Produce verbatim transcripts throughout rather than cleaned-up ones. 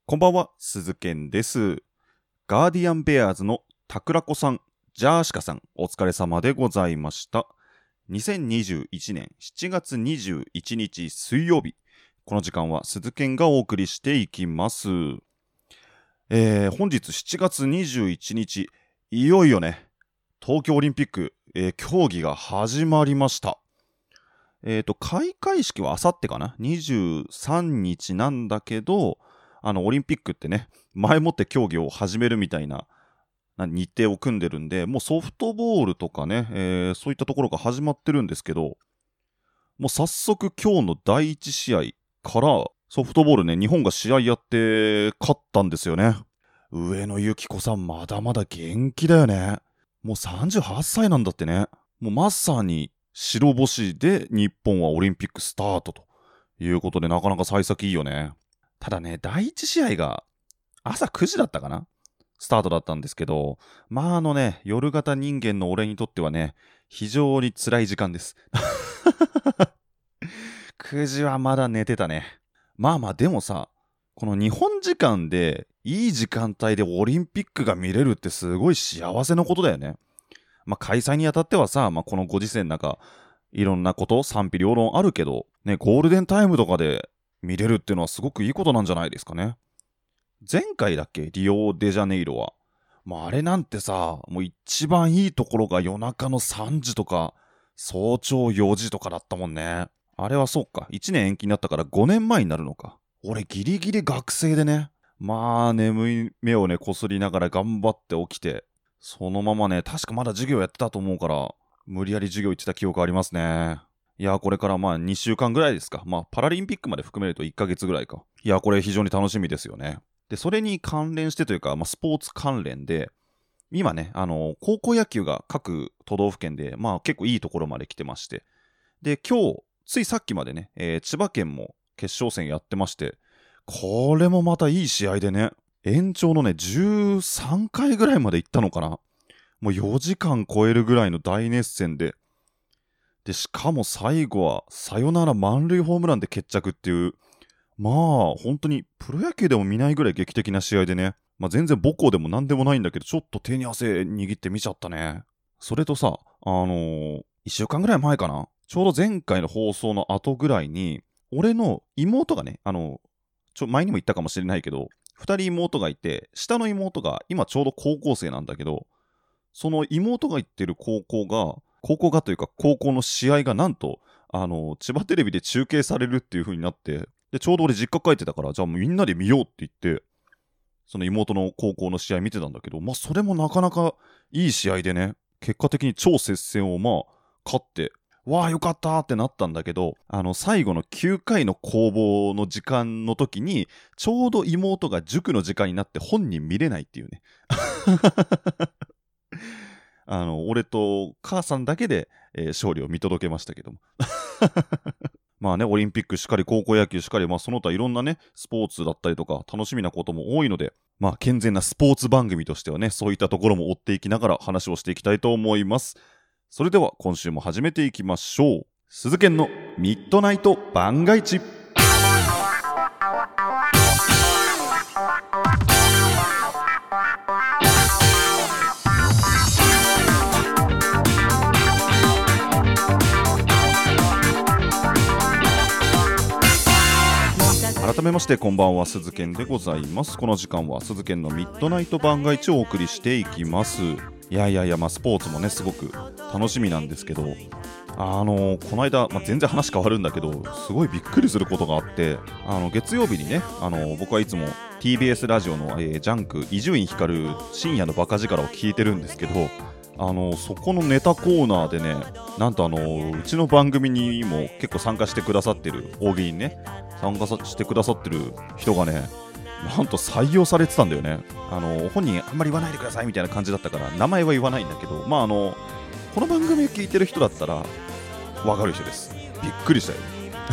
こんばんは、鈴健です。ガーディアンベアーズのタクラコさん、ジャーシカさん、お疲れ様でございました。にせんにじゅういちねんしちがつにじゅういちにち水曜日、この時間は鈴健がお送りしていきます。えー、本日しちがつにじゅういちにち、いよいよね、東京オリンピック、えー、競技が始まりました。えーと、開会式はあさってかな、にじゅうさんにちなんだけど、あのオリンピックってね、前もって競技を始めるみたいな日程を組んでるんで、もうソフトボールとかね、えー、そういったところが始まってるんですけど、もう早速今日のだいいちしあいからソフトボールね、日本が試合やって勝ったんですよね。上野由岐子さんまだまだ元気だよね。もうさんじゅうはっさいなんだってね。もうまさに白星で日本はオリンピックスタートということで、なかなか幸先いいよね。ただね、だいいちしあいが朝くじだったかなスタートだったんですけど、まああのね、夜型人間の俺にとってはね、非常に辛い時間です。くじはまだ寝てたね。まあまあでもさ、この日本時間でいい時間帯でオリンピックが見れるってすごい幸せなことだよね。まあ開催にあたってはさ、まあこのご時世の中、いろんなこと賛否両論あるけど、ね、ゴールデンタイムとかで見れるっていうのはすごくいいことなんじゃないですかね。前回だっけ、リオデジャネイロは。まああれなんてさ、もう一番いいところが夜中のさんじとか、早朝よじとかだったもんね。あれはそうか、いちねん延期になったからごねんまえになるのか。俺ギリギリ学生でね、まあ眠い目をねこすりながら頑張って起きて、そのままね、確かまだ授業やってたと思うから、無理やり授業行ってた記憶ありますね。いや、これからまあにしゅうかんぐらいですか。まあパラリンピックまで含めるといっかげつぐらいか。いや、これ非常に楽しみですよね。で、それに関連してというか、まあ、スポーツ関連で、今ね、あの、高校野球が各都道府県で、まあ結構いいところまで来てまして。で、今日、ついさっきまでね、えー、千葉県も決勝戦やってまして、これもまたいい試合でね、延長のね、じゅうさんかいぐらいまで行ったのかな。もうよじかん超えるぐらいの大熱戦で、で、しかも最後はサヨナラ満塁ホームランで決着っていう、まあ本当にプロ野球でも見ないぐらい劇的な試合でね、まあ、全然母校でもなんでもないんだけど、ちょっと手に汗握って見ちゃったね。それとさ、あのー、いっしゅうかんぐらい前かな、ちょうど前回の放送の後ぐらいに、俺の妹がね、あのちょ前にも言ったかもしれないけど、ふたり妹がいて、下の妹が今ちょうど高校生なんだけど、その妹が行ってる高校が高校がというか高校の試合がなんとあの千葉テレビで中継されるっていう風になって、でちょうど俺実家帰ってたから、じゃあもうみんなで見ようって言ってその妹の高校の試合見てたんだけど、まあそれもなかなかいい試合でね、結果的に超接戦をまあ勝って、わあよかったってなったんだけど、あの最後のきゅうかいの攻防の時間の時にちょうど妹が塾の時間になって本人見れないっていうね。あの俺と母さんだけで、えー、勝利を見届けましたけども。まあね、オリンピックしかり高校野球しかり、まあその他いろんなねスポーツだったりとか楽しみなことも多いので、まあ健全なスポーツ番組としてはね、そういったところも追っていきながら話をしていきたいと思います。それでは今週も始めていきましょう。鈴研のミッドナイト番外地。改めましてこんばんは、鈴研でございます。この時間は鈴研のミッドナイト番外地をお送りしていきます。いやいやいや、まあスポーツもねすごく楽しみなんですけど、あのー、この間、まあ、全然話変わるんだけど、すごいびっくりすることがあって、あの月曜日にね、あのー、僕はいつも ティービーエス ラジオの、えー、ジャンク伊集院光深夜のバカ力を聞いてるんですけど、あのそこのネタコーナーでね、なんとあのうちの番組にも結構参加してくださってる大喜利にね参加してくださってる人がね、なんと採用されてたんだよね。あの本人あんまり言わないでくださいみたいな感じだったから名前は言わないんだけど、まああのこの番組を聞いてる人だったらわかる人です。びっくりしたよ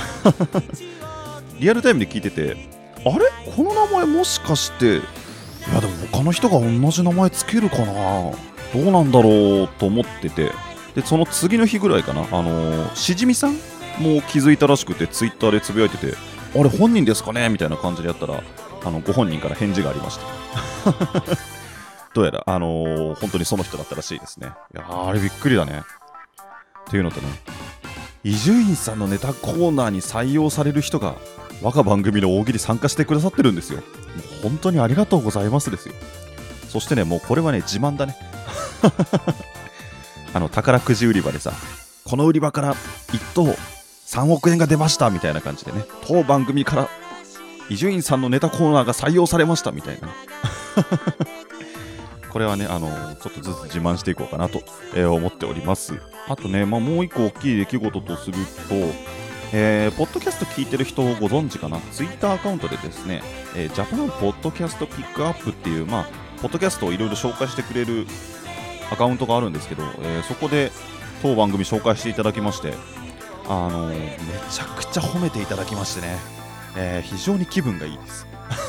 リアルタイムで聞いてて、あれこの名前もしかして、いやでも他の人が同じ名前つけるかな、どうなんだろうと思ってて、でその次の日ぐらいかな、あのー、しじみさんも気づいたらしくてツイッターでつぶやいてて、あれ本人ですかねみたいな感じでやったら、 あのご本人から返事がありましたどうやら、あのー、本当にその人だったらしいですね。いやー、あれびっくりだね。っていうのとね、伊集院さんのネタコーナーに採用される人が我が番組の大喜利参加してくださってるんですよ。もう本当にありがとうございますですよ。そしてね、もうこれはね、自慢だねあの宝くじ売り場でさ、この売り場からいっ等さんおくえんが出ましたみたいな感じでね、当番組から伊集院さんのネタコーナーが採用されましたみたいなねこれはね、あのー、ちょっとずつ自慢していこうかなと、えー、思っております。あとね、まあ、もう一個大きい出来事とすると、えー、ポッドキャスト聞いてる人をご存知かな、ツイッターアカウントでですね、えー、ジャパンポッドキャストピックアップっていう、まあ、ポッドキャストをいろいろ紹介してくれるアカウントがあるんですけど、えー、そこで当番組紹介していただきまして、あのー、めちゃくちゃ褒めていただきましてね、えー、非常に気分がいいです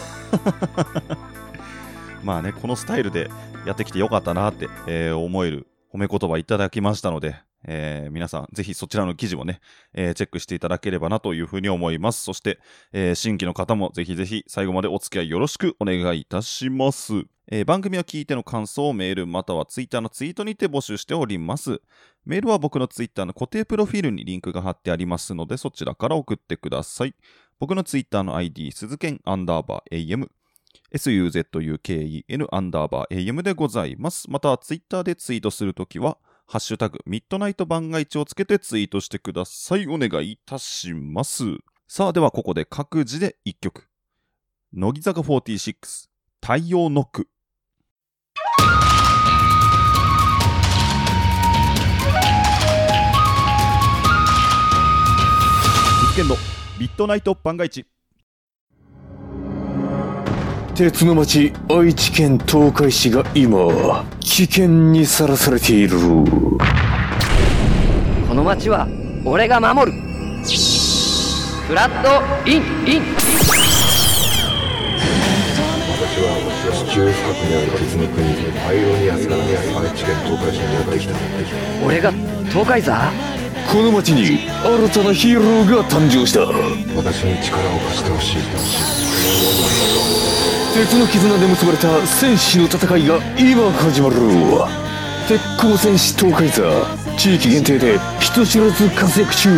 まあね、このスタイルでやってきてよかったなって、えー、思える褒め言葉いただきましたので、えー、皆さんぜひそちらの記事もね、えー、チェックしていただければなというふうに思います。そして、えー、新規の方もぜひぜひ最後までお付き合いよろしくお願いいたします。えー、番組を聞いての感想をメールまたはツイッターのツイートにて募集しております。メールは僕のツイッターの固定プロフィールにリンクが貼ってありますので、そちらから送ってください。僕のツイッターの アイディー 鈴剣アンダーバー エーエムエスユーゼットユーケーイーエヌ アンダーバー エーエム でございます。またツイッターでツイートするときはハッシュタグミッドナイト番外地をつけてツイートしてください。お願いいたします。さあ、ではここで各自でいっきょく。乃木坂フォーティーシックス太陽ノック。鈴剣のミッドナイト番外地。 鉄の町愛知県東海市が今危険にさらされている。 この町は俺が守る。フラッドインイン。 私は地中深くにある鉄の国パイオニアスから愛知県東海市にやってきた。 俺が東海座。 この町に新たなヒーローが誕生した。 私に力を貸してほしい。 鉄の絆で結ばれた戦士の戦いが今始まる。鉄鋼戦士東海座、地域限定で人知らず活躍中。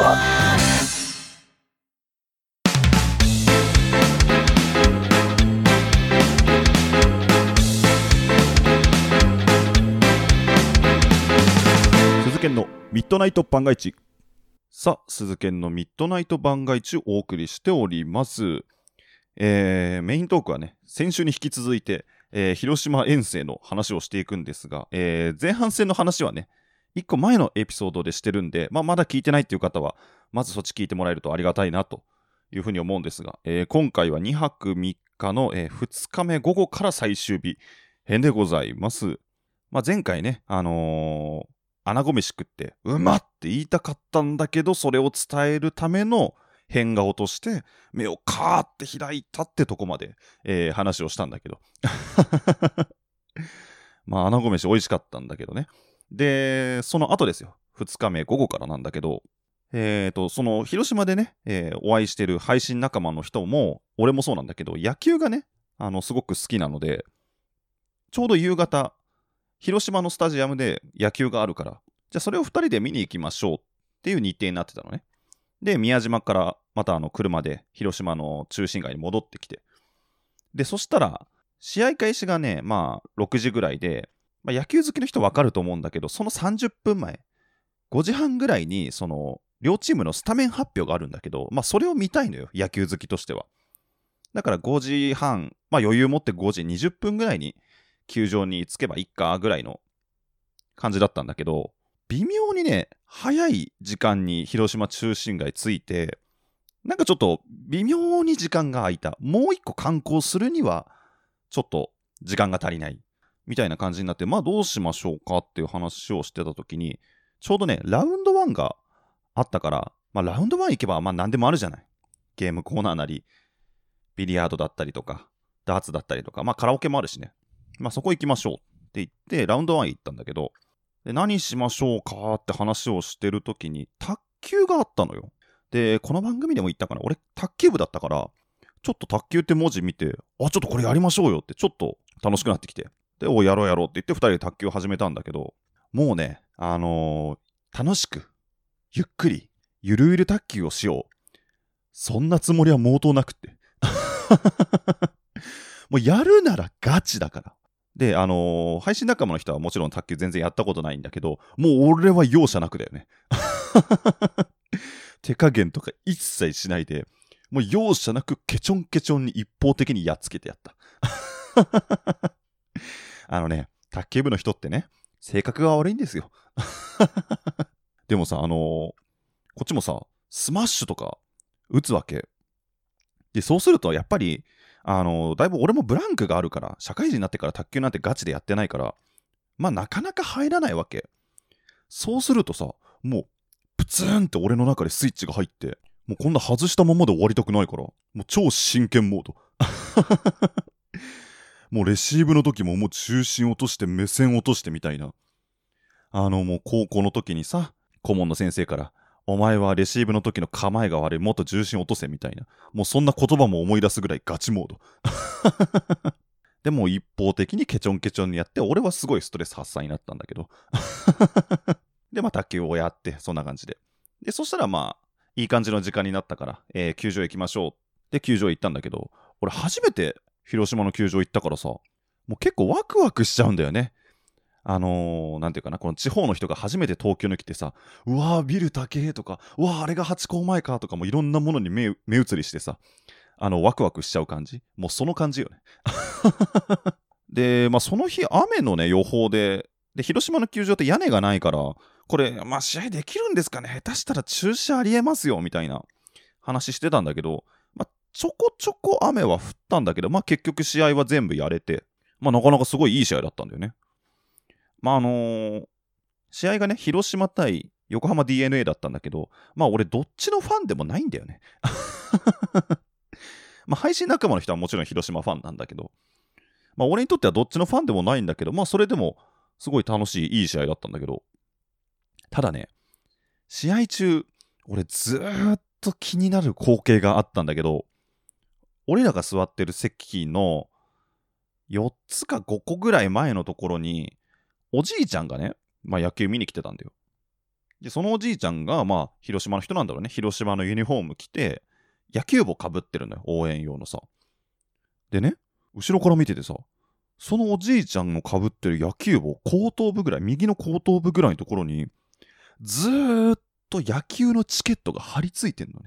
鈴剣のミッドナイト番外地。さあ、鈴剣のミッドナイト番外地をお送りしております。えー、メイントークはね、先週に引き続いて、えー、広島遠征の話をしていくんですが、えー、前半戦の話はね、いっこまえのエピソードでしてるんで、まあ、まだ聞いてないっていう方は、まずそっち聞いてもらえるとありがたいなというふうに思うんですが、えー、今回はにはくみっかの、えー、ふつかめ午後から最終日編でございます。まあ、前回ね、あのー、穴子飯食って、うまって言いたかったんだけど、それを伝えるための変顔として目をカーって開いたってとこまで、えー、話をしたんだけどまあ穴子飯美味しかったんだけどね。でその後ですよ、ふつかめ午後からなんだけど、えーとその広島でね、えー、お会いしてる配信仲間の人も俺もそうなんだけど、野球がねあのすごく好きなので、ちょうど夕方広島のスタジアムで野球があるから、じゃあそれをふたりで見に行きましょうっていう日程になってたのね。で、宮島からまたあの車で広島の中心街に戻ってきて、で、そしたら、試合開始がね、まあ、ろくじぐらいで、まあ、野球好きの人わかると思うんだけど、そのさんじゅっぷんまえ、ごじはんぐらいに、その、両チームのスタメン発表があるんだけど、まあ、それを見たいのよ、野球好きとしては。だからごじはん、まあ、余裕持ってごじにじゅっぷんぐらいに球場に着けばいいかぐらいの感じだったんだけど、微妙にね、早い時間に広島中心街着いて、なんかちょっと微妙に時間が空いた。もう一個観光するには、ちょっと時間が足りない。みたいな感じになって、まあどうしましょうかっていう話をしてた時に、ちょうどね、ラウンドワンがあったから、まあラウンドワン行けばまあ何でもあるじゃない。ゲームコーナーなり、ビリヤードだったりとか、ダーツだったりとか、まあカラオケもあるしね。まあそこ行きましょうって言って、ラウンドワン行ったんだけど、で何しましょうかって話をしてるときに、卓球があったのよ。で、この番組でも言ったかな、俺卓球部だったから、 ちょっと卓球って文字見て、あ、ちょっとこれやりましょうよってちょっと楽しくなってきて。で、おやろうやろうって言ってふたりで卓球を始めたんだけど、もうね、あのー、楽しく、ゆっくり、ゆるゆる卓球をしよう。そんなつもりは毛頭なくって。もうやるならガチだから。で、あのー、配信仲間の人はもちろん卓球全然やったことないんだけど、もう俺は容赦なくだよね。手加減とか一切しないで、もう容赦なくケチョンケチョンに一方的にやっつけてやった。あのね、卓球部の人ってね、性格が悪いんですよ。でもさ、あのー、こっちもさ、スマッシュとか打つわけ。で、そうするとやっぱり、あのー、だいぶ俺もブランクがあるから、社会人になってから卓球なんてガチでやってないから、まあなかなか入らないわけ。そうするとさ、もう、プツンって俺の中でスイッチが入って、もうこんな外したままで終わりたくないから、もう超真剣モード。もうレシーブの時ももう中心落として目線落としてみたいな。あのもう高校の時にさ、顧問の先生から、お前はレシーブの時の構えが悪い、もっと重心落とせみたいな。もうそんな言葉も思い出すぐらいガチモード。でも一方的にケチョンケチョンにやって、俺はすごいストレス発散になったんだけど。で、まあ卓球をやって、そんな感じで。で、そしたらまあ、いい感じの時間になったから、えー、球場行きましょうって球場行ったんだけど、俺初めて広島の球場行ったからさ、もう結構ワクワクしちゃうんだよね。あのー、なんていうかな、この地方の人が初めて東京に来てさ、うわービル高えとか、うわーあれがハチ公前かとか、もういろんなものに 目, 目移りしてさ、あのワクワクしちゃう感じ、もうその感じよね。で、まあその日雨のね予報で、で広島の球場って屋根がないから、これまあ試合できるんですかね、下手したら中止ありえますよみたいな話してたんだけど、まあちょこちょこ雨は降ったんだけど、まあ結局試合は全部やれて、まあなかなかすごいいい試合だったんだよね。まああのー、試合がね、広島対横浜 ディーエヌエー だったんだけど、まあ俺どっちのファンでもないんだよね。まあ配信仲間の人はもちろん広島ファンなんだけど、まあ俺にとってはどっちのファンでもないんだけど、まあそれでもすごい楽しいいい試合だったんだけど、ただね、試合中俺ずーっと気になる光景があったんだけど、俺らが座ってる席のよっつかごこぐらい前のところにおじいちゃんがね、まあ野球見に来てたんだよ。で、そのおじいちゃんがまあ広島の人なんだろうね。広島のユニフォーム着て野球帽かぶってるのよ、応援用のさ。でね、後ろから見ててさ、そのおじいちゃんのかぶってる野球帽、後頭部ぐらい、右の後頭部ぐらいのところにずーっと野球のチケットが貼り付いてんのね。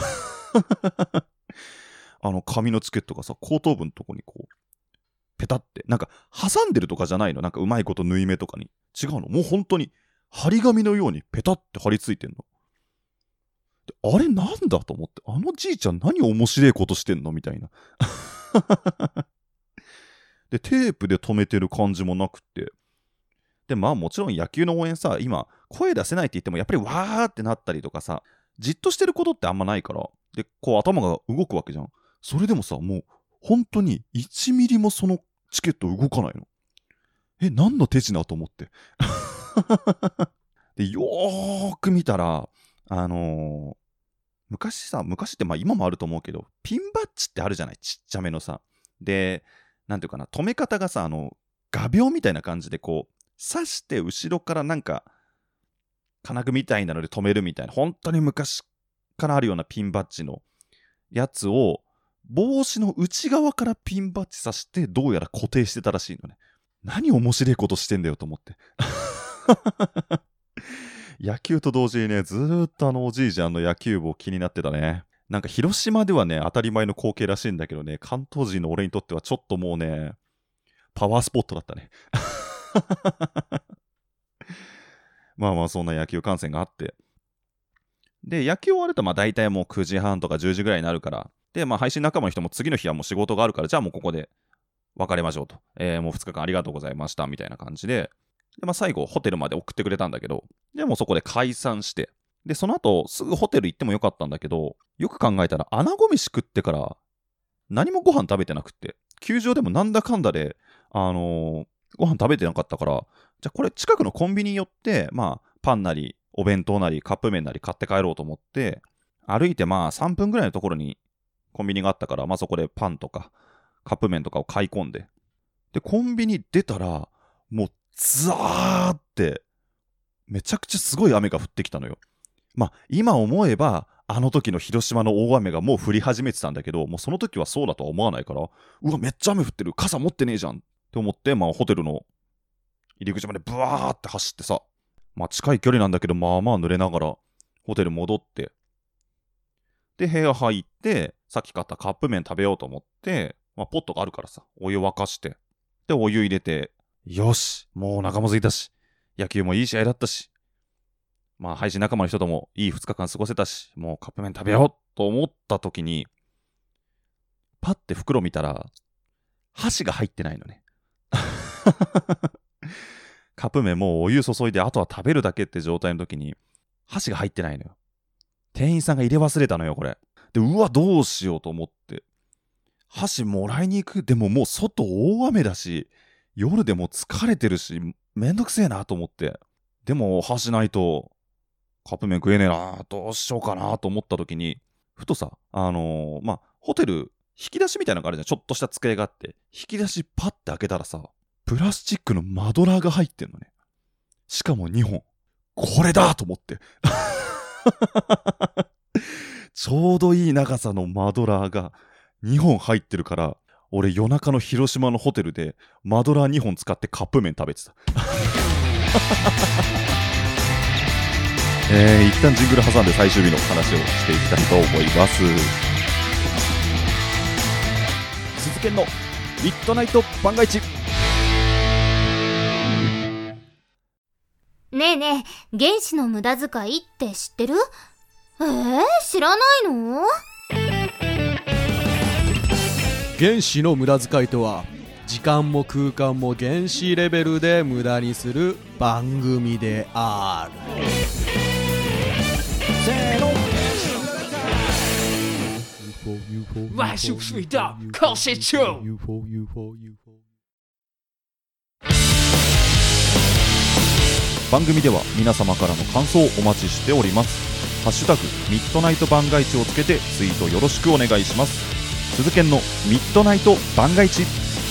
あの紙のチケットがさ、後頭部のとこにこうペタって、なんか挟んでるとかじゃないの、なんかうまいこと縫い目とかに違うの、もう本当に張り紙のようにペタって貼り付いてんの。で、あれなんだと思って、あのじいちゃん何面白いことしてんのみたいな。で、テープで止めてる感じもなくって、でまあもちろん野球の応援さ、今声出せないって言ってもやっぱりわーってなったりとかさ、じっとしてることってあんまないから、でこう頭が動くわけじゃん。それでもさ、もう本当にいちミリもそのチケット動かないの。え、何の手品と思って。でよーく見たら、あのー、昔さ、昔ってまあ今もあると思うけど、ピンバッジってあるじゃない、ちっちゃめのさ。で、なんていうかな、止め方がさ、あの画鋲みたいな感じでこう刺して後ろからなんか金具みたいなので止めるみたいな、本当に昔からあるようなピンバッジのやつを帽子の内側からピンバッジ刺してどうやら固定してたらしいのね。何面白いことしてんだよと思って。野球と同時にね、ずーっとあのおじいちゃんの野球帽気になってたね。なんか広島ではね、当たり前の光景らしいんだけどね、関東人の俺にとってはちょっともうね、パワースポットだったね。まあまあそんな野球観戦があって。で、野球終わるとまあ大体もうくじはんとかじゅうじぐらいになるから、で、まあ配信仲間の人も次の日はもう仕事があるから、じゃあもうここで別れましょうと。えー、もうふつかかんありがとうございましたみたいな感じで、で、まあ最後ホテルまで送ってくれたんだけど、でもうそこで解散して、で、その後すぐホテル行ってもよかったんだけど、よく考えたら穴子飯食ってから何もご飯食べてなくって、球場でもなんだかんだで、あのー、ご飯食べてなかったから、じゃあこれ近くのコンビニ寄って、まあパンなりお弁当なりカップ麺なり買って帰ろうと思って、歩いてまあさんぷんぐらいのところにコンビニがあったから、まあそこでパンとかカップ麺とかを買い込んで、でコンビニ出たらもうザーってめちゃくちゃすごい雨が降ってきたのよ。まあ今思えばあの時の広島の大雨がもう降り始めてたんだけど、もうその時はそうだとは思わないから、うわめっちゃ雨降ってる、傘持ってねえじゃんって思って、まあホテルの入り口までブワーって走ってさ、まあ近い距離なんだけど、まあまあ濡れながらホテル戻って、で部屋入って、さっき買ったカップ麺食べようと思って、まあポットがあるからさ、お湯沸かして、でお湯入れて、よし、もうお腹も空いたし、野球もいい試合だったし、まあ配信仲間の人ともいいふつかかん過ごせたし、もうカップ麺食べようと思った時に、パッて袋見たら箸が入ってないのね。カップ麺もうお湯注いであとは食べるだけって状態の時に箸が入ってないのよ。店員さんが入れ忘れたのよこれで。うわどうしようと思って箸もらいに行く。でももう外大雨だし、夜でも疲れてるしめんどくせえなと思って、でも箸ないとカップ麺食えねえな、どうしようかなと思った時に、ふとさ、あのー、まあホテル引き出しみたいなのがあるじゃん。ちょっとした机があって、引き出しパッて開けたらさ、プラスチックのマドラーが入ってんのね。しかもにほん。これだと思ってちょうどいい長さのマドラーがにほん入ってるから、俺夜中の広島のホテルでマドラーにほん使ってカップ麺食べてたえー、一旦ジングル挟んで最終日の話をしていきたいと思います。鈴研のミッドナイト番外地。 ねえねえ、原子の無駄遣いって知ってる？えー、知らないの？ 原子の無駄遣いとは、時間も空間も原子レベルで無駄にする番組である。せーの。 万事隧道考试中。 番組では皆様からの感想をお待ちしております。ハッシュタグミッドナイト番外地をつけてツイートよろしくお願いします。鈴研のミッドナイト番外地。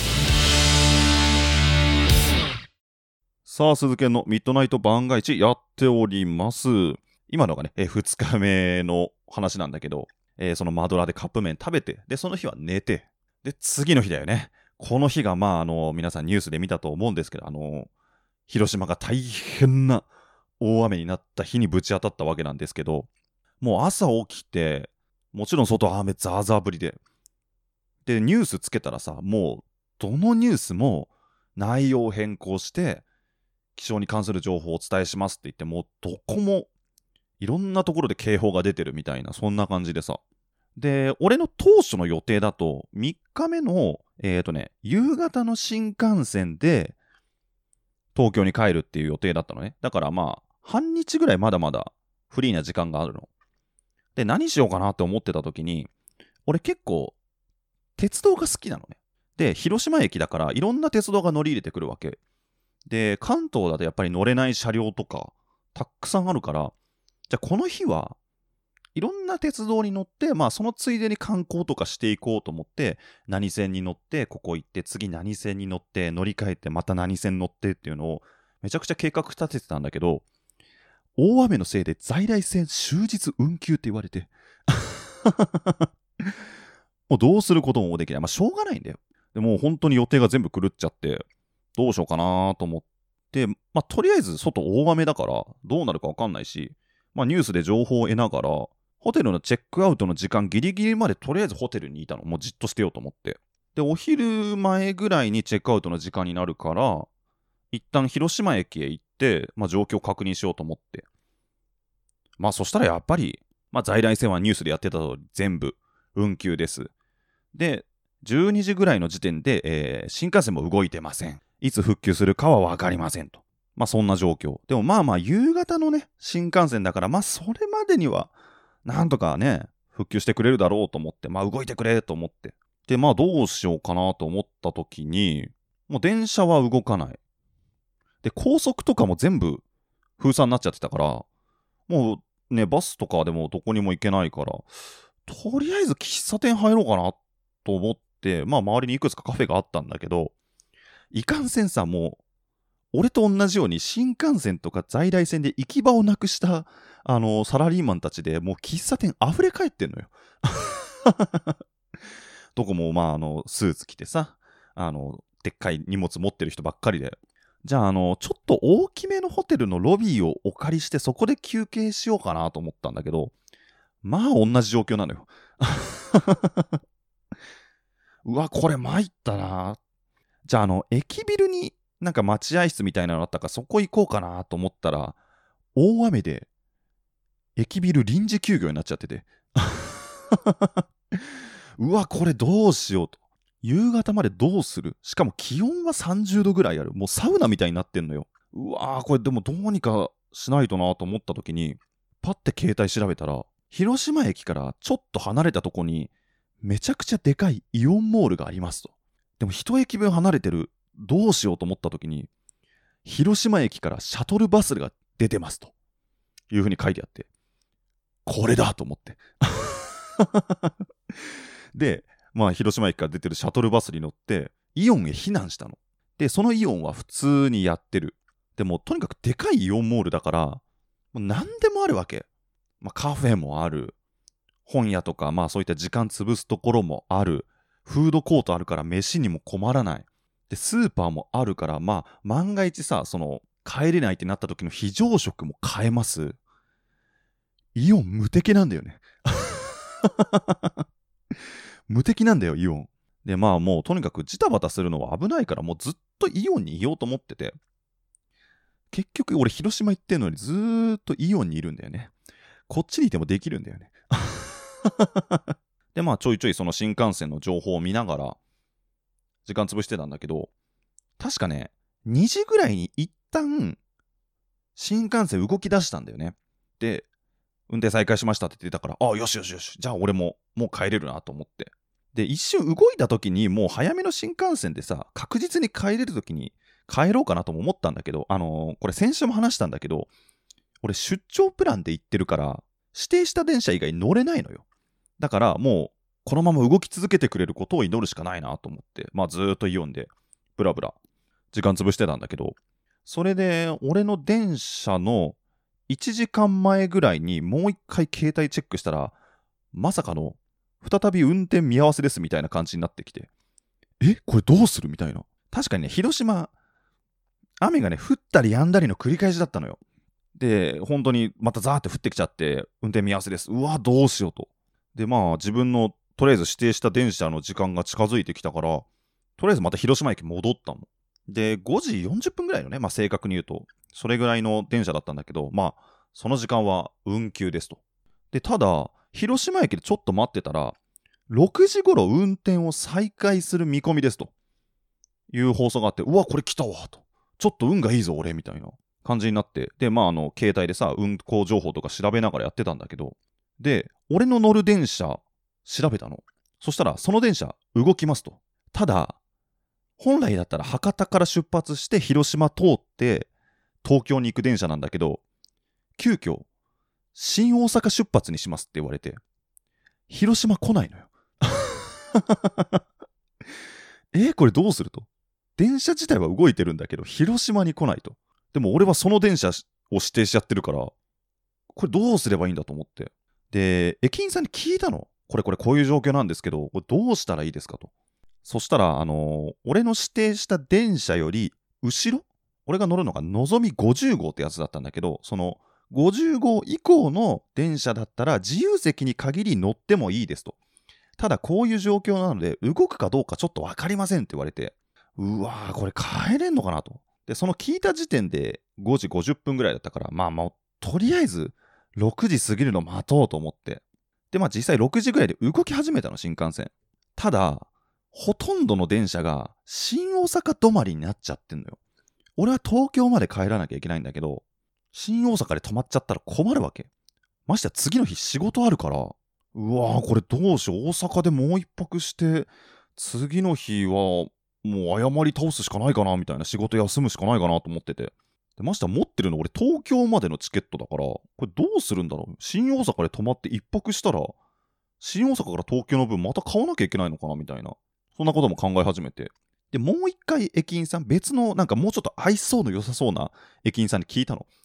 さあ鈴研のミッドナイト番外地やっております。今のがねえふつかめの話なんだけど、えー、そのマドラーでカップ麺食べて、でその日は寝て、で次の日だよね。この日がまああの皆さんニュースで見たと思うんですけど、あの広島が大変な大雨になった日にぶち当たったわけなんですけど、もう朝起きて、もちろん外雨ザーザー降りで、でニュースつけたらさ、もうどのニュースも内容を変更して気象に関する情報をお伝えしますって言って、もうどこもいろんなところで警報が出てるみたいな、そんな感じでさ。で俺の当初の予定だとみっかめのえーとね夕方の新幹線で東京に帰るっていう予定だったのね。だからまあ半日ぐらいまだまだフリーな時間があるので、何しようかなって思ってた時に、俺結構鉄道が好きなのね。で広島駅だからいろんな鉄道が乗り入れてくるわけで、関東だとやっぱり乗れない車両とかたくさんあるから、じゃあこの日はいろんな鉄道に乗って、まあそのついでに観光とかしていこうと思って、何線に乗ってここ行って、次何線に乗って乗り換えて、また何線乗ってっていうのをめちゃくちゃ計画立ててたんだけど、大雨のせいで在来線終日運休って言われてもうどうすることもできない。まあしょうがないんだよ。でもう本当に予定が全部狂っちゃって、どうしようかなと思って、まあとりあえず外大雨だからどうなるか分かんないし、まあニュースで情報を得ながら、ホテルのチェックアウトの時間ギリギリまでとりあえずホテルにいたの。もうじっとしてようと思って。でお昼前ぐらいにチェックアウトの時間になるから、一旦広島駅へ行って、まあ、状況を確認しようと思って、まあそしたらやっぱり、まあ、在来線はニュースでやってた通り全部運休です。でじゅうにじぐらいの時点で、えー、新幹線も動いてません。いつ復旧するかは分かりませんと。まあそんな状況でも、まあまあ夕方のね新幹線だから、まあそれまでにはなんとかね復旧してくれるだろうと思って、まあ動いてくれと思って、でまあどうしようかなと思った時に、もう電車は動かない。で高速とかも全部封鎖になっちゃってたから、もうねバスとかでもどこにも行けないから、 とりあえず喫茶店入ろうかなと思って、まあ周りにいくつかカフェがあったんだけど、いかんせんさ、もう、俺と同じように新幹線とか在来線で行き場をなくした、あの、サラリーマンたちでもう喫茶店溢れ返ってんのよ。どこも、まあ、あの、スーツ着てさ、あの、でっかい荷物持ってる人ばっかりで。じゃあ、あの、ちょっと大きめのホテルのロビーをお借りして、そこで休憩しようかなと思ったんだけど、まあ、同じ状況なのよ。うわ、これ参ったな。じゃあ、あの、駅ビルになんか待合室みたいなのあったから、そこ行こうかなと思ったら、大雨で、駅ビル臨時休業になっちゃってて。うわ、これどうしようと。夕方までどうする？しかも気温はさんじゅうどぐらいある。もうサウナみたいになってんのよ。うわー、これでもどうにかしないとなと思った時に、パッて携帯調べたら、広島駅からちょっと離れたとこに、めちゃくちゃでかいイオンモールがありますと。でも一駅分離れてる。どうしようと思った時に、広島駅からシャトルバスが出てますというふうに書いてあって、これだと思って。で、まあ、広島駅から出てるシャトルバスに乗って、イオンへ避難したの。で、そのイオンは普通にやってる。でも、とにかくでかいイオンモールだから、もう何でもあるわけ。まあ、カフェもある。本屋とか、まあそういった時間潰すところもある。フードコートあるから飯にも困らない。で、スーパーもあるから、まあ、万が一さ、その、帰れないってなった時の非常食も買えます。イオン無敵なんだよね。無敵なんだよ、イオン。で、まあもうとにかくジタバタするのは危ないから、もうずっとイオンにいようと思ってて、結局俺広島行ってんのにずーっとイオンにいるんだよね。こっちにいてもできるんだよね。で、まあちょいちょいその新幹線の情報を見ながら、時間潰してたんだけど、確かね、にじぐらいに一旦、新幹線動き出したんだよね。で、運転再開しましたって言ってたから、ああ、よしよしよし、じゃあ俺ももう帰れるなと思って。で、一瞬動いた時にもう早めの新幹線でさ、確実に帰れる時に帰ろうかなとも思ったんだけど、あのー、これ先週も話したんだけど、俺出張プランで行ってるから、指定した電車以外乗れないのよ。だからもう、このまま動き続けてくれることを祈るしかないなと思って、まあずーっとイオンで、ブラブラ、時間潰してたんだけど、それで、俺の電車のいちじかんまえぐらいにもう一回携帯チェックしたら、まさかの、再び運転見合わせですみたいな感じになってきて、え、これどうするみたいな。確かにね、広島、雨がね、降ったり止んだりの繰り返しだったのよ。で、本当にまたザーって降ってきちゃって、運転見合わせです。うわ、どうしようと。で、まあ、自分のとりあえず指定した電車の時間が近づいてきたから、とりあえずまた広島駅戻ったの。で、ごじよんじゅっぷんぐらいのね、まあ正確に言うと、それぐらいの電車だったんだけど、まあ、その時間は運休ですと。で、ただ、広島駅でちょっと待ってたら、ろくじ頃運転を再開する見込みですという放送があって、うわ、これ来たわと。ちょっと運がいいぞ、俺、みたいな感じになって、で、まあ、あの、携帯でさ、運行情報とか調べながらやってたんだけど、で、俺の乗る電車、調べたの。そしたら、その電車、動きますと。ただ、本来だったら博多から出発して広島通って東京に行く電車なんだけど、急遽新大阪出発にしますって言われて、広島来ないのよ。えー、これどうすると。電車自体は動いてるんだけど広島に来ないと。でも俺はその電車を指定しちゃってるから、これどうすればいいんだと思って、で駅員さんに聞いたの。これこれこういう状況なんですけど、これどうしたらいいですかと。そしたら、あのー、俺の指定した電車より後ろ、俺が乗るのがのぞみごじゅうごうってやつだったんだけど、そのごじゅうごう以降の電車だったら自由席に限り乗ってもいいですと。ただこういう状況なので動くかどうかちょっとわかりませんって言われて、うわー、これ帰れんのかなと。で、その聞いた時点でごじごじゅっぷんぐらいだったから、まあもうとりあえずろくじ過ぎるの待とうと思って。で、まあ実際ろくじぐらいで動き始めたの、新幹線。ただ、ほとんどの電車が新大阪止まりになっちゃってんのよ。俺は東京まで帰らなきゃいけないんだけど、新大阪で止まっちゃったら困るわけ。ましてや次の日仕事あるから、うわーこれどうしよう、大阪でもう一泊して、次の日はもう謝り倒すしかないかなみたいな、仕事休むしかないかなと思ってて。でましてや持ってるの俺東京までのチケットだから、これどうするんだろう。新大阪で泊まって一泊したら、 新大阪から東京の分また買わなきゃいけないのかなみたいな、そんなことも考え始めて、でもう一回駅員さん、別のなんかもうちょっと愛想の良さそうな駅員さんに聞いたの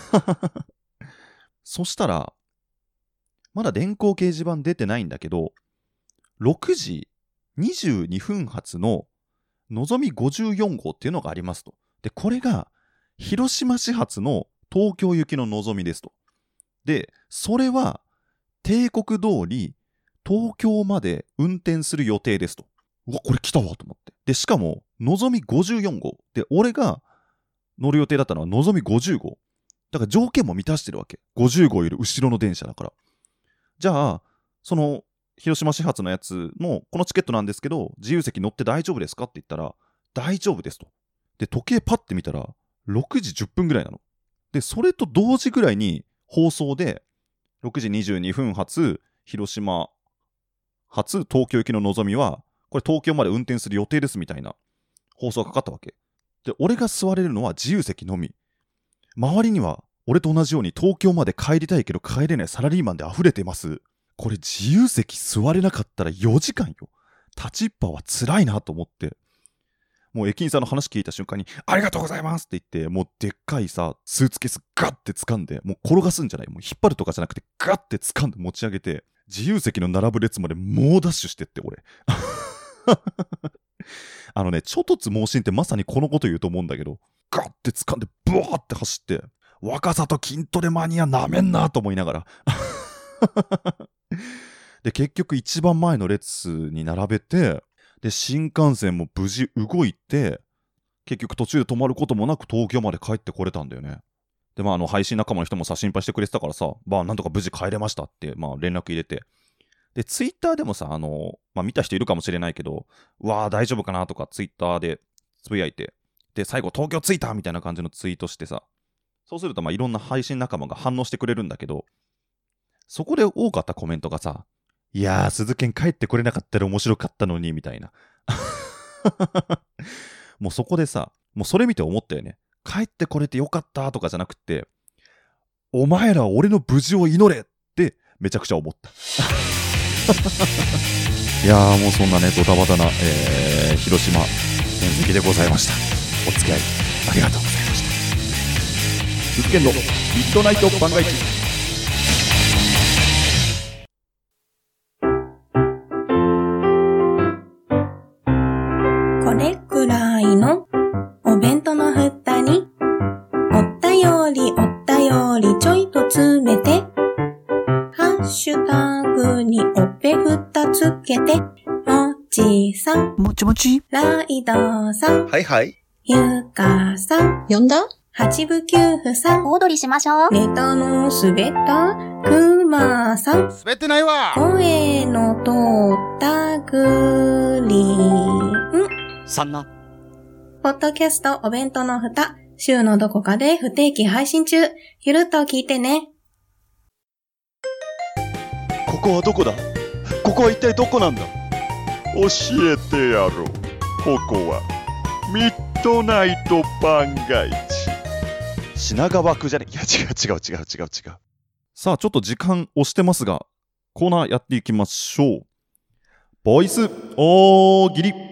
そしたらまだ電光掲示板出てないんだけど、ろくじにじゅうにふん発ののぞみごじゅうよん号っていうのがありますと。でこれが広島市発の東京行きののぞみですと。でそれは定刻通り東京まで運転する予定ですと。うわこれ来たわと思って、でしかものぞみごじゅうよん号で、俺が乗る予定だったのはのぞみごじゅう号だから条件も満たしてるわけ。ごじゅう号より後ろの電車だから。じゃあその広島市発のやつのこのチケットなんですけど自由席乗って大丈夫ですかって言ったら大丈夫ですと。で時計パッて見たらろくじじゅっぷんぐらいなの。でそれと同時ぐらいに放送でろくじにじゅうにふん発広島発東京行きののぞみはこれ東京まで運転する予定ですみたいな放送がかかったわけで、俺が座れるのは自由席のみ。周りには俺と同じように東京まで帰りたいけど帰れないサラリーマンで溢れてます。これ自由席座れなかったらよじかんよ。立ちっぱは辛いなと思って、もう駅員さんの話聞いた瞬間にありがとうございますって言って、もうでっかいさスーツケースガッて掴んで、もう転がすんじゃない、もう引っ張るとかじゃなくてガッて掴んで持ち上げて、自由席の並ぶ列まで猛ダッシュしてって、俺あのね、ちょ突猛進ってまさにこのこと言うと思うんだけど、ガッて掴んでブワーって走って、若さと筋トレマニアなめんなと思いながらで結局一番前の列に並べて、で新幹線も無事動いて、結局途中で止まることもなく東京まで帰ってこれたんだよね。でまああの配信仲間の人もさ心配してくれてたからさ、まあなんとか無事帰れましたってまあ連絡入れて、でツイッターでもさあのまあ見た人いるかもしれないけど、うわー大丈夫かなとかツイッターでつぶやいて、で最後東京着いたみたいな感じのツイートしてさ、そうするとまあいろんな配信仲間が反応してくれるんだけど、そこで多かったコメントがさ、いやー鈴研帰ってこれなかったら面白かったのにみたいなもうそこでさ、もうそれ見て思ったよね。帰ってこれてよかったとかじゃなくて、お前らは俺の無事を祈れってめちゃくちゃ思ったいやーもうそんなねドタバタな、えー、広島遠席でございました。お付き合いありがとうございました。鈴研のミッドナイト番外地。 これくらいのお弁当の蓋におったよりおったよりちょいと詰めて、ハッシュタグにおっぺふたつけて、もちさん、 もちもち、 ライドさん、 はいはい、 ゆかさん、 呼んだ？ 八部九夫さん、 小躍りしましょう。 ネタの滑ったくまさん、 滑ってないわ。 声の通ったグリーンさんな。 ポッドキャストお弁当の蓋、週のどこかで不定期配信中。ゆるっと聞いてね。 ここはどこだ？ここは一体どこなんだ？ 教えてやろう。ここはミッドナイト番外地。 品川区じゃね？いや違う違う違う違う違う。さあちょっと時間押してますが、コーナーやっていきましょう。ボイス大喜利。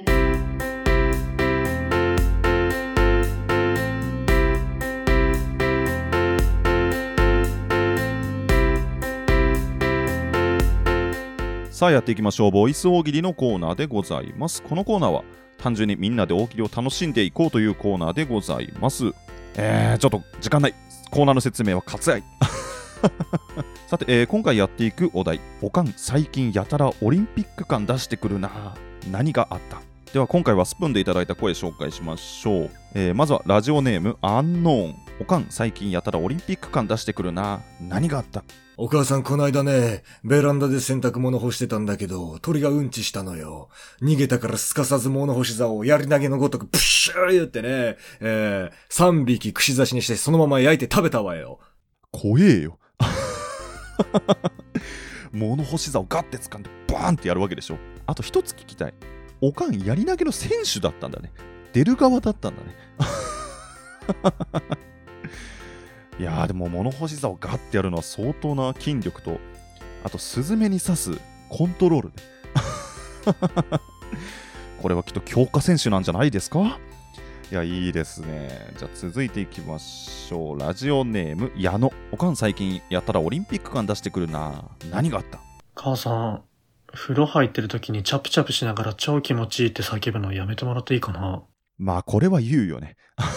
さあやっていきましょう。ボイス大喜利のコーナーでございます。このコーナーは単純にみんなで大喜利を楽しんでいこうというコーナーでございます。えー、ちょっと時間ない。コーナーの説明は割愛さて、えー、今回やっていくお題、おかん最近やたらオリンピック感出してくるな、何があった？では今回はスプーンでいただいた声紹介しましょう。えー、まずはラジオネームアンノーン。おかん最近やたらオリンピック感出してくるな、何があった？ お母さんこないだね、ベランダで洗濯物干してたんだけど、鳥がうんちしたのよ。逃げたからすかさず物干し竿をやり投げのごとくプッシュー言ってね、えー、さんびき串刺しにしてそのまま焼いて食べたわよ。 怖えよ物干し竿ガッて掴んでバーンってやるわけでしょ。あと一つ聞きたい。おかんやり投げの選手だったんだね。出る側だったんだねいやーでも物干し竿ガッてやるのは相当な筋力と、あとスズメに刺すコントロールね。これはきっと強化選手なんじゃないですか。いや、いいですね。じゃあ続いていきましょう。ラジオネーム矢野。おかん最近やったらオリンピック感出してくるな。何があった？ 母さん、風呂入ってる時にチャプチャプしながら超気持ちいいって叫ぶのやめてもらっていいかな。 まあこれは言うよね。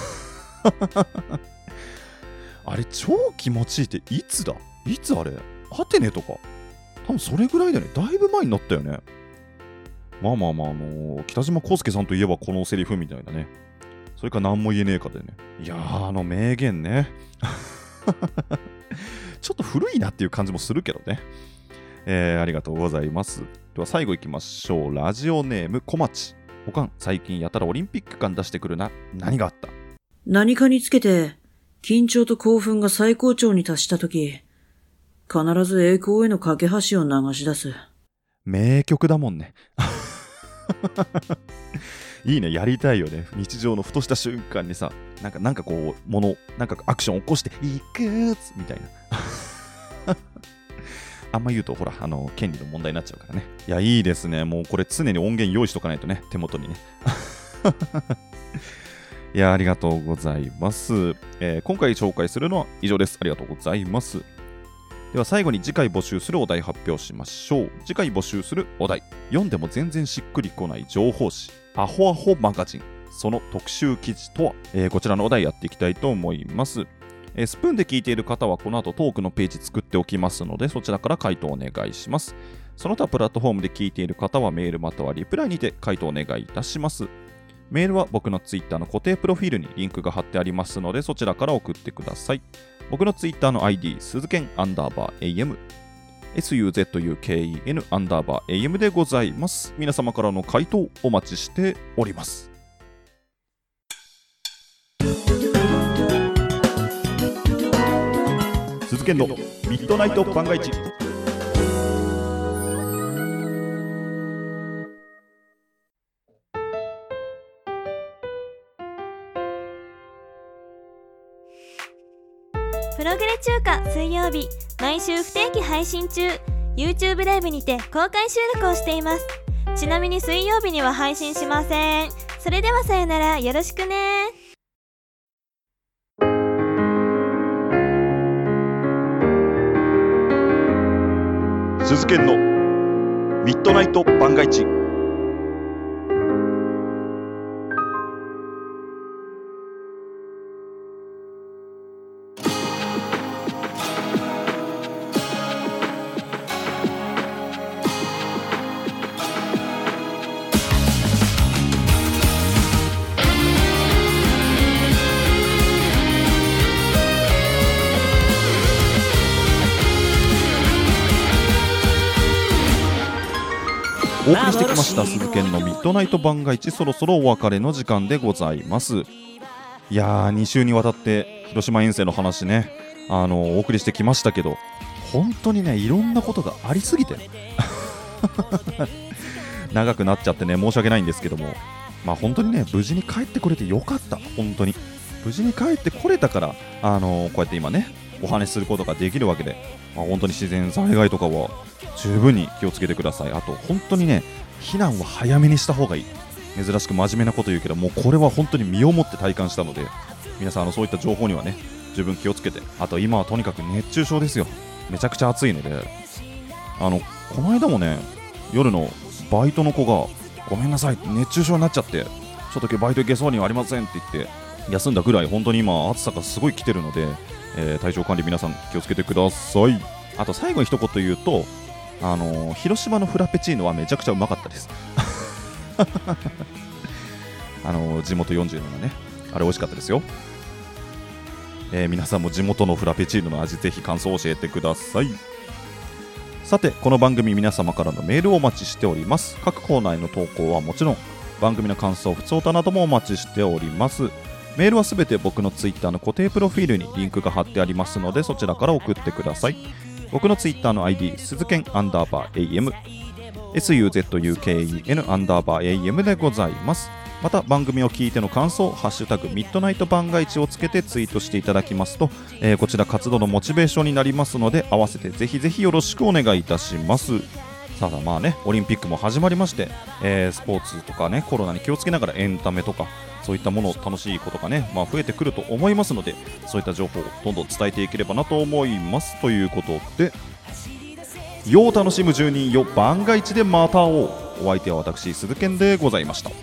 あれ超気持ちいいっていつだ？いつあれ？アテネとか多分それぐらいだよね。だいぶ前になったよね。まあまあまあ、あのー、北島康介さんといえばこのセリフみたいなね。それか何も言えねえかでね。いやー、あの名言ね。ちょっと古いなっていう感じもするけどね。えー、ありがとうございます。では最後いきましょう。ラジオネーム小町。おかん、最近やたらオリンピック感出してくるな。何があった？ 何かにつけて、緊張と興奮が最高潮に達したとき、必ず栄光への架け橋を流し出す。 名曲だもんね。いいね、やりたいよね。日常のふとした瞬間にさ、なんかなんかこう、もの、なんかアクション起こして、いくーつみたいな。あんま言うと、ほら、あの、権利の問題になっちゃうからね。いや、いいですね。もうこれ常に音源用意しとかないとね、手元にね。いや、ありがとうございます、えー。今回紹介するのは以上です。ありがとうございます。では最後に次回募集するお題発表しましょう。次回募集するお題、読んでも全然しっくりこない情報誌、アホアホマガジン、その特集記事とは、えー、こちらのお題やっていきたいと思います。えー、スプーンで聞いている方はこの後トークのページ作っておきますので、そちらから回答お願いします。その他プラットフォームで聞いている方はメールまたはリプライにて回答お願いいたします。メールは僕のツイッターの固定プロフィールにリンクが貼ってありますので、そちらから送ってください。僕のツイッターの アイディー、鈴剣アンダーバー エーエム、エスユーゼットユーケーイーエヌ アンダーバー エーエム でございます。皆様からの回答お待ちしております。鈴剣のミッドナイト番外地。 プログレ中華水曜日、毎週不定期配信中。 YouTube ライブにて公開収録をしています。ちなみに水曜日には配信しません。それではさよなら、よろしくね。 鈴研のミッドナイト番外地。 お送りしてきました鈴研のミッドナイト番外地、そろそろお別れの時間でございます。いやー、に週にわたって広島遠征の話ね、あのー、お送りしてきましたけど、本当にね、いろんなことがありすぎて長くなっちゃってね、申し訳ないんですけども、まあ本当にね、無事に帰ってこれてよかった。本当に無事に帰ってこれたから、あのー、こうやって今ねお話しすることができるわけで、まあ、本当に自然災害とかは十分に気をつけてください。あと本当にね、避難は早めにした方がいい。珍しく真面目なこと言うけど、もうこれは本当に身をもって体感したので、皆さんあのそういった情報にはね十分気をつけて、あと今はとにかく熱中症ですよ。めちゃくちゃ暑いので、あのこの間もね、夜のバイトの子がごめんなさい、熱中症になっちゃってちょっと今日バイト行けそうにはありませんって言って休んだぐらい、本当に今暑さがすごい来てるので、えー、体調管理皆さん気をつけてください。あと最後に一言言うと、あのー、広島のフラペチーノはめちゃくちゃうまかったですあのー、地元よんじゅうななね、あれ美味しかったですよ。えー、皆さんも地元のフラペチーノの味、ぜひ感想を教えてください。さて、この番組皆様からのメールをお待ちしております。各コーナーへの投稿はもちろん、番組の感想、ふつおたなどもお待ちしております。メールはすべて僕のツイッターの固定プロフィールにリンクが貼ってありますので、そちらから送ってください。僕のツイッターの アイディー、鈴剣アンダーバー エーエム、エスユーゼットユーケーイーエヌ アンダーバー エーエム でございます。また番組を聞いての感想、ハッシュタグミッドナイト番外地をつけてツイートしていただきますと、えー、こちら活動のモチベーションになりますので、合わせてぜひぜひよろしくお願いいたします。さただまあね、オリンピックも始まりまして、えー、スポーツとかね、コロナに気をつけながらエンタメとかそういったもの楽しいことがね、まあ、増えてくると思いますので、そういった情報をどんどん伝えていければなと思います。ということで、よう楽しむ住人よ、万が一でまた会おう。お相手は私鈴賢でございました。